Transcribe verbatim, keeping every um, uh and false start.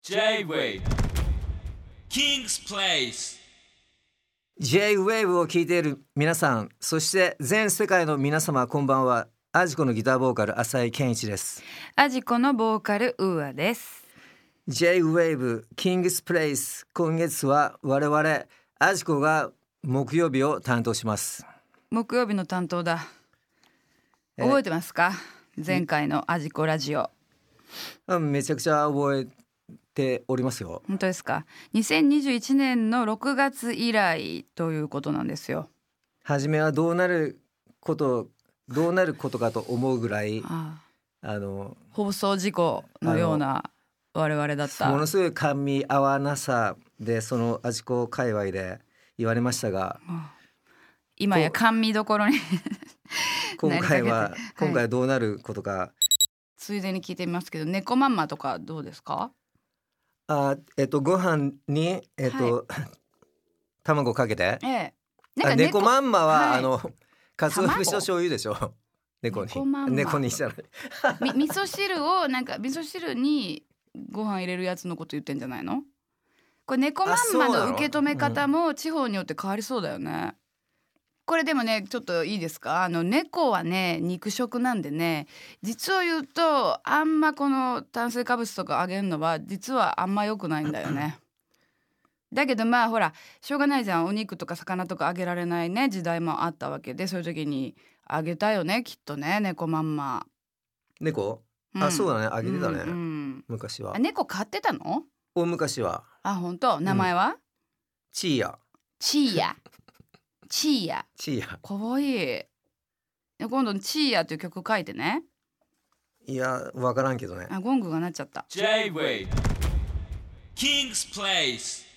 J-Wave King's Place J-Wave を聴いている皆さん、そして全世界の皆様、こんばんは。アジコのギターボーカル浅井健一です。 アジコのボーカルウーアです。 J-Wave King's Place、 今月は我々アジコが木曜日を担当します。 木曜日の担当だ。覚えてますか？前回のアジコラジオ。 めちゃくちゃ覚えておりますよ。 本当ですか？にせんにじゅういちねんのろくがつ以来ということなんですよ。 初めはどうなることどうなることかと思うぐらいあああの放送事故のような我々だった。 ものすごい噛み合わなさで、そのアジコ界隈で言われましたが、 ああ今や甘味どころに今回は、 はい、 今回はどうなることか、 ついでに聞いてみますけど、猫まんまとかどうですか？ あ、えっとご飯にえっと、はい、卵かけて、 ええ、 なんか猫まんまは、はい、あの鰹節の醤油でしょ。猫に猫まんま猫にしたらみ味噌汁をなんか味噌汁にご飯入れるやつのこと言ってんじゃないの？これ猫まんまの受け止め方も地方によって変わりそうだよね。これでもね、ちょっといいですか？あの猫はね肉食なんでね、実を言うとあんまこの炭水化物とかあげるのは実はあんま良くないんだよね。だけどまあほらしょうがないじゃん、お肉とか魚とかあげられないね時代もあったわけで、そういう時にあげたよねきっとね、猫まんま。 猫、うん、あ、そうだね、あげてたね、うんうん、昔は。 あ、猫飼ってたの？ お昔は。 あ、本当。名前は、うん、 チーヤチーヤチーヤチーヤかわいい。今度チーヤという曲書いてね。 いや、わからんけどね。 あ、ゴングが鳴っちゃった。 J-Wave King's Place